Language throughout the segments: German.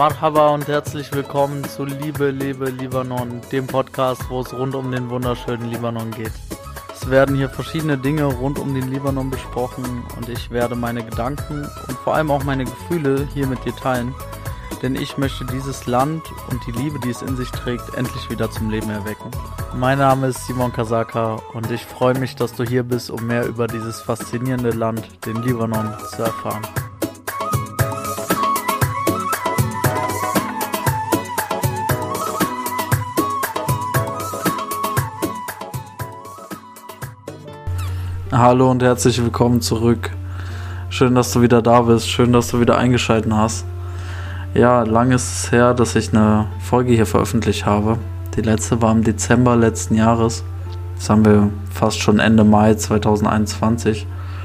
Marhaba und herzlich willkommen zu Liebe Libanon, dem Podcast, wo es rund um den wunderschönen Libanon geht. Es werden hier verschiedene Dinge rund um den Libanon besprochen und ich werde meine Gedanken und vor allem auch meine Gefühle hier mit dir teilen, denn ich möchte dieses Land und die Liebe, die es in sich trägt, endlich wieder zum Leben erwecken. Mein Name ist Simon Kasaka und ich freue mich, dass du hier bist, um mehr über dieses faszinierende Land, den Libanon, zu erfahren. Hallo und herzlich willkommen zurück. Schön, dass du wieder da bist. Schön, dass du wieder eingeschaltet hast. Ja, lang ist es her, dass ich eine Folge hier veröffentlicht habe. Die letzte war im Dezember letzten Jahres. Jetzt haben wir fast schon Ende Mai 2021.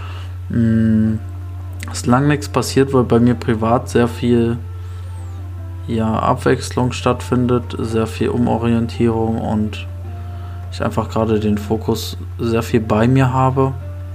Es ist lang nichts passiert, weil bei mir privat sehr viel Abwechslung stattfindet, sehr viel Umorientierung und ich einfach gerade den Fokus sehr viel bei mir habe.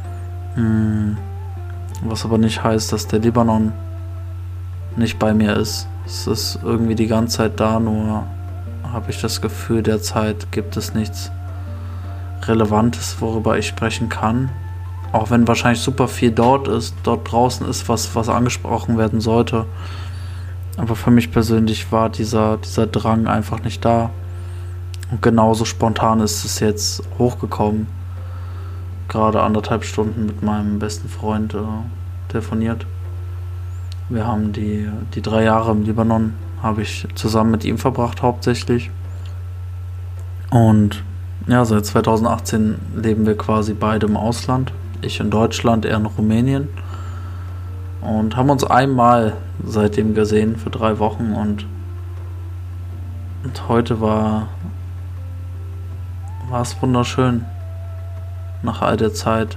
Was aber nicht heißt, dass der Libanon nicht bei mir ist. Es ist irgendwie die ganze Zeit da, nur habe ich das Gefühl, derzeit gibt es nichts Relevantes, worüber ich sprechen kann. Auch wenn wahrscheinlich super viel dort draußen ist, was angesprochen werden sollte. Aber für mich persönlich war dieser Drang einfach nicht da. Und genauso spontan ist es jetzt hochgekommen. Gerade 1,5 Stunden mit meinem besten Freund telefoniert. Wir haben die 3 Jahre im Libanon, habe ich zusammen mit ihm verbracht hauptsächlich. Und ja, seit 2018 leben wir quasi beide im Ausland. Ich in Deutschland, er in Rumänien. Und haben uns einmal seitdem gesehen für 3 Wochen. Und heute war es wunderschön. Nach all der Zeit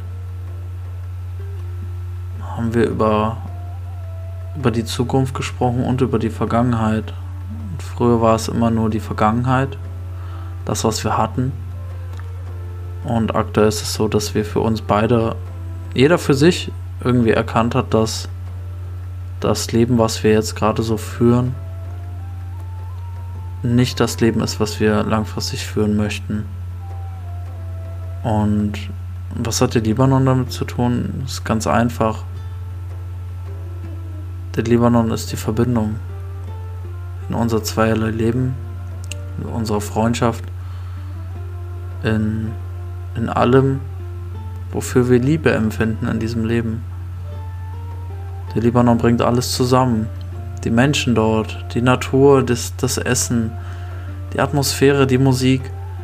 haben wir über die Zukunft gesprochen und über die Vergangenheit. Und früher war es immer nur die Vergangenheit, das, was wir hatten. Und aktuell ist es so, dass wir für uns beide, jeder für sich, irgendwie erkannt hat, dass das Leben, was wir jetzt gerade so führen, nicht das Leben ist, was wir langfristig führen möchten. Und was hat der Libanon damit zu tun? Das ist ganz einfach. Der Libanon ist die Verbindung in unser zweierlei Leben, in unserer Freundschaft, in allem, wofür wir Liebe empfinden in diesem Leben. Der Libanon bringt alles zusammen. Die Menschen dort, die Natur, das Essen, die Atmosphäre, die Musik.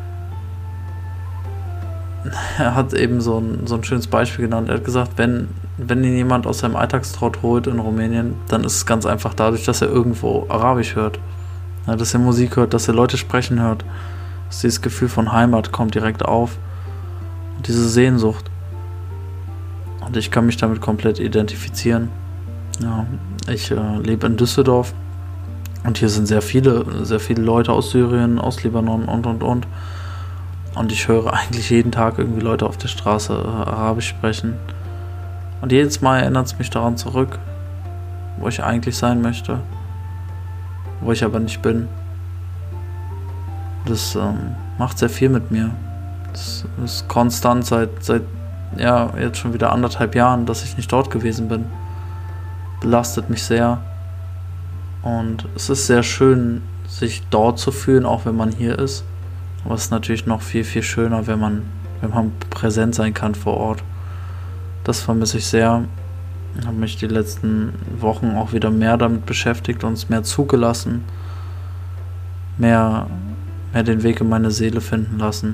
Er hat eben so ein schönes Beispiel genannt. Er hat gesagt, wenn ihn jemand aus seinem Alltagstrott holt in Rumänien, dann ist es ganz einfach dadurch, dass er irgendwo Arabisch hört. Ja, dass er Musik hört, dass er Leute sprechen hört. Dass dieses Gefühl von Heimat kommt direkt auf. Und diese Sehnsucht. Und ich kann mich damit komplett identifizieren. Ja, ich lebe in Düsseldorf. Und hier sind sehr viele Leute aus Syrien, aus Libanon und. Und ich höre eigentlich jeden Tag irgendwie Leute auf der Straße Arabisch sprechen. Und jedes Mal erinnert es mich daran zurück, wo ich eigentlich sein möchte, wo ich aber nicht bin. Das macht sehr viel mit mir. Das ist konstant seit jetzt schon wieder 1,5 Jahren, dass ich nicht dort gewesen bin. Belastet mich sehr. Und es ist sehr schön, sich dort zu fühlen, auch wenn man hier ist. Aber es ist natürlich noch viel, viel schöner, wenn man präsent sein kann vor Ort. Das vermisse ich sehr. Ich habe mich die letzten Wochen auch wieder mehr damit beschäftigt und es mehr zugelassen. Mehr den Weg in meine Seele finden lassen.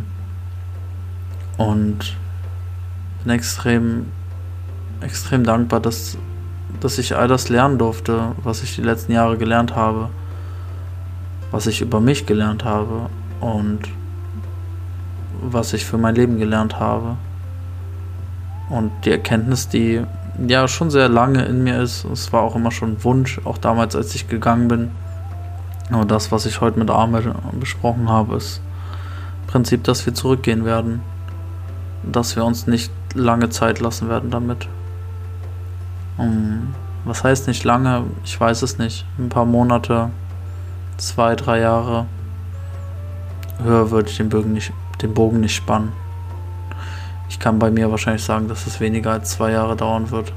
Und bin extrem, extrem dankbar, dass ich all das lernen durfte, was ich die letzten Jahre gelernt habe. Was ich über mich gelernt habe. Und was ich für mein Leben gelernt habe. Und die Erkenntnis, die ja schon sehr lange in mir ist, es war auch immer schon ein Wunsch, auch damals, als ich gegangen bin. Aber das, was ich heute mit Ahmed besprochen habe, ist im Prinzip, dass wir zurückgehen werden. Dass wir uns nicht lange Zeit lassen werden damit. Was heißt nicht lange? Ich weiß es nicht. Ein paar Monate, 2, 3 Jahre. Höher würde ich den Bogen nicht spannen. Ich kann bei mir wahrscheinlich sagen, dass es weniger als 2 Jahre dauern wird.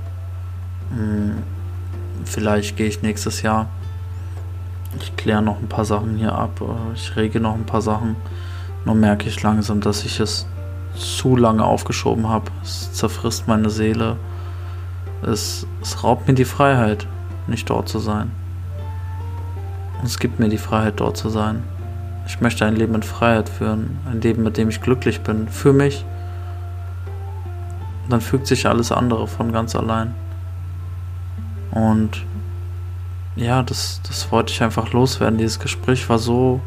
Vielleicht gehe ich nächstes Jahr. Ich kläre noch ein paar Sachen hier ab. Ich rege noch ein paar Sachen. Nur merke ich langsam, dass ich es zu lange aufgeschoben habe. Es zerfrisst meine Seele. Es raubt mir die Freiheit, nicht dort zu sein. Und es gibt mir die Freiheit, dort zu sein. Ich möchte ein Leben in Freiheit führen. Ein Leben, mit dem ich glücklich bin. Für mich. Und dann fügt sich alles andere von ganz allein. Und ja, das wollte ich einfach loswerden. Dieses Gespräch war so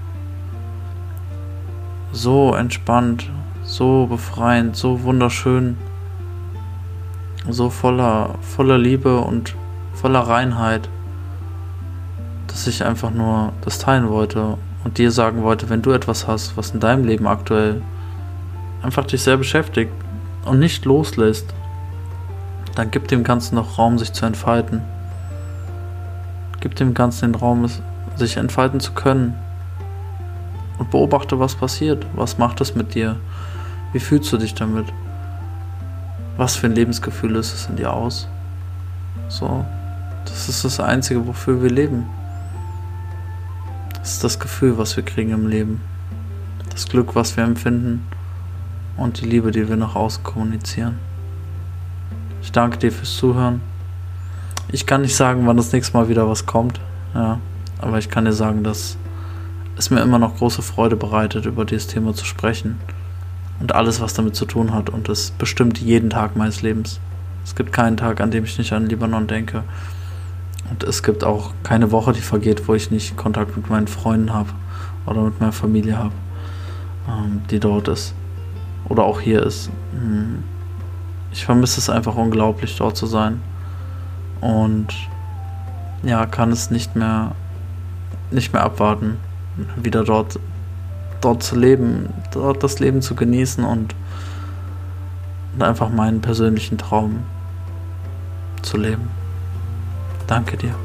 entspannt, so befreiend, so wunderschön, so voller Liebe und voller Reinheit, dass ich einfach nur das teilen wollte und dir sagen wollte, wenn du etwas hast, was in deinem Leben aktuell einfach dich sehr beschäftigt und nicht loslässt, dann gib dem Ganzen noch Raum, sich zu entfalten. Gib dem Ganzen den Raum, sich entfalten zu können. Und beobachte, was passiert. Was macht es mit dir? Wie fühlst du dich damit? Was für ein Lebensgefühl löst es in dir aus? So, das ist das Einzige, wofür wir leben. Das ist das Gefühl, was wir kriegen im Leben. Das Glück, was wir empfinden. Und die Liebe, die wir nach außen kommunizieren. Ich danke dir fürs Zuhören. Ich kann nicht sagen, wann das nächste Mal wieder was kommt. Ja, aber ich kann dir sagen, dass es mir immer noch große Freude bereitet, über dieses Thema zu sprechen. Und alles, was damit zu tun hat. Und es bestimmt jeden Tag meines Lebens. Es gibt keinen Tag, an dem ich nicht an Libanon denke. Und es gibt auch keine Woche, die vergeht, wo ich nicht Kontakt mit meinen Freunden habe. Oder mit meiner Familie habe, die dort ist. Oder auch hier ist. Ich vermisse es einfach unglaublich, dort zu sein. Und ja, kann es nicht mehr abwarten, wieder dort zu leben, dort das Leben zu genießen und einfach meinen persönlichen Traum zu leben. Danke dir.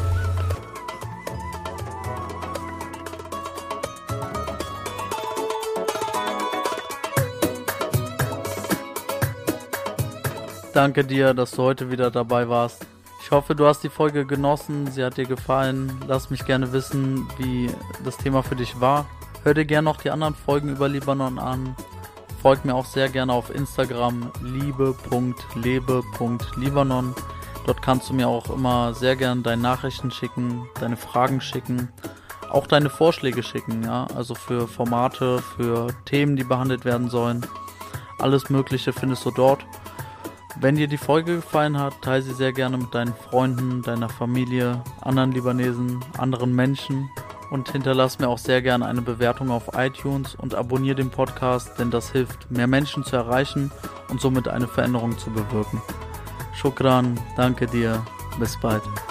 Danke dir, dass du heute wieder dabei warst. Ich hoffe, du hast die Folge genossen, sie hat dir gefallen. Lass mich gerne wissen, wie das Thema für dich war. Hör dir gerne noch die anderen Folgen über Libanon an. Folg mir auch sehr gerne auf Instagram liebe.lebe.libanon. Dort kannst du mir auch immer sehr gerne deine Nachrichten schicken, deine Fragen schicken, auch deine Vorschläge schicken, ja, also für Formate, für Themen, die behandelt werden sollen. Alles Mögliche findest du dort. Wenn dir die Folge gefallen hat, teile sie sehr gerne mit deinen Freunden, deiner Familie, anderen Libanesen, anderen Menschen und hinterlass mir auch sehr gerne eine Bewertung auf iTunes und abonniere den Podcast, denn das hilft, mehr Menschen zu erreichen und somit eine Veränderung zu bewirken. Shukran, danke dir, bis bald.